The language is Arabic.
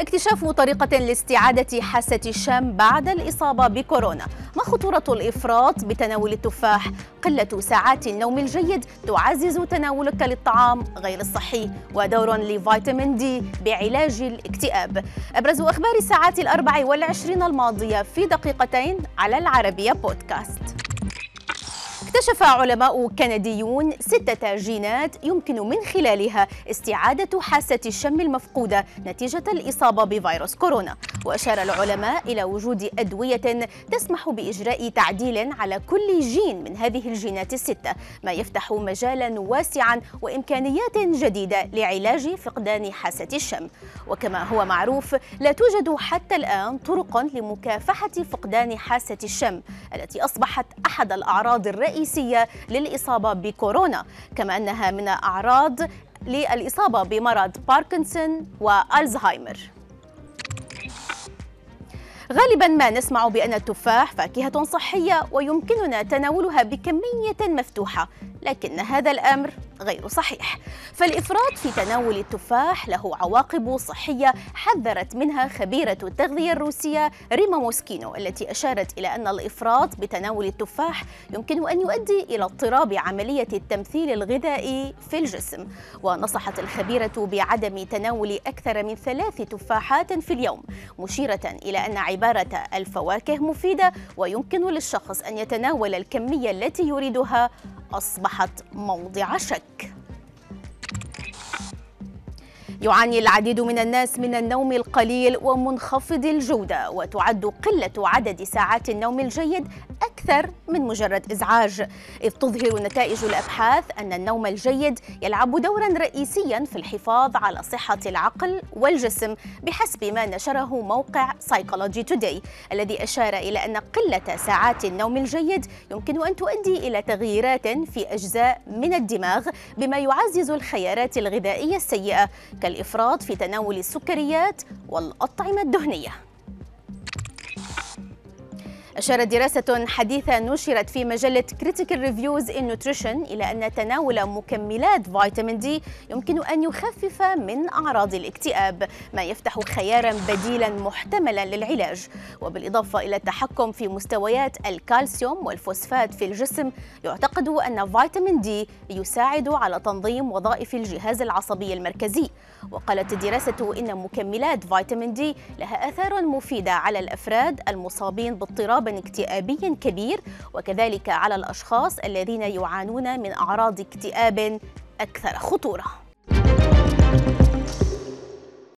اكتشاف طريقة لاستعادة حاسة الشم بعد الإصابة بكورونا. ما خطورة الإفراط بتناول التفاح؟ قلة ساعات النوم الجيد تعزز تناولك للطعام غير الصحي، ودور لفيتامين دي بعلاج الاكتئاب. أبرز أخبار الساعات 24 الماضية في دقيقتين على العربية بودكاست. اكتشف علماء كنديون 6 جينات يمكن من خلالها استعادة حاسة الشم المفقودة نتيجة الإصابة بفيروس كورونا. وأشار العلماء إلى وجود أدوية تسمح بإجراء تعديل على كل جين من هذه الجينات ال6، ما يفتح مجالا واسعا وإمكانيات جديدة لعلاج فقدان حاسة الشم. وكما هو معروف، لا توجد حتى الآن طرق لمكافحة فقدان حاسة الشم التي أصبحت أحد الأعراض الرئيسية للإصابة بكورونا، كما أنها من أعراض للإصابة بمرض باركنسون وألزهايمر. غالبا ما نسمع بأن التفاح فاكهة صحية ويمكننا تناولها بكمية مفتوحة، لكن هذا الأمر غير صحيح، فالإفراط في تناول التفاح له عواقب صحية حذرت منها خبيرة التغذية الروسية ريما موسكينو، التي أشارت إلى أن الإفراط بتناول التفاح يمكن أن يؤدي إلى اضطراب عملية التمثيل الغذائي في الجسم. ونصحت الخبيرة بعدم تناول أكثر من 3 تفاحات في اليوم، مشيرة إلى أن عبارة الفواكه مفيدة ويمكن للشخص أن يتناول الكمية التي يريدها أصبحت موضع شك. يعاني العديد من الناس من النوم القليل ومنخفض الجودة، وتعد قلة عدد ساعات النوم الجيد أكثر من مجرد إزعاج، إذ تظهر نتائج الأبحاث أن النوم الجيد يلعب دورا رئيسيا في الحفاظ على صحة العقل والجسم، بحسب ما نشره موقع Psychology Today، الذي أشار إلى أن قلة ساعات النوم الجيد يمكن أن تؤدي إلى تغييرات في أجزاء من الدماغ، بما يعزز الخيارات الغذائية السيئة كالإفراط في تناول السكريات والأطعمة الدهنية. أشارت دراسة حديثة نشرت في مجلة Critical Reviews in Nutrition إلى أن تناول مكملات فيتامين دي يمكن أن يخفف من أعراض الاكتئاب، ما يفتح خياراً بديلاً محتملاً للعلاج. وبالإضافة إلى التحكم في مستويات الكالسيوم والفوسفات في الجسم، يعتقد أن فيتامين دي يساعد على تنظيم وظائف الجهاز العصبي المركزي. وقالت الدراسة إن مكملات فيتامين دي لها آثار مفيدة على الأفراد المصابين باضطراب اكتئابي كبير، وكذلك على الأشخاص الذين يعانون من أعراض اكتئاب أكثر خطورة.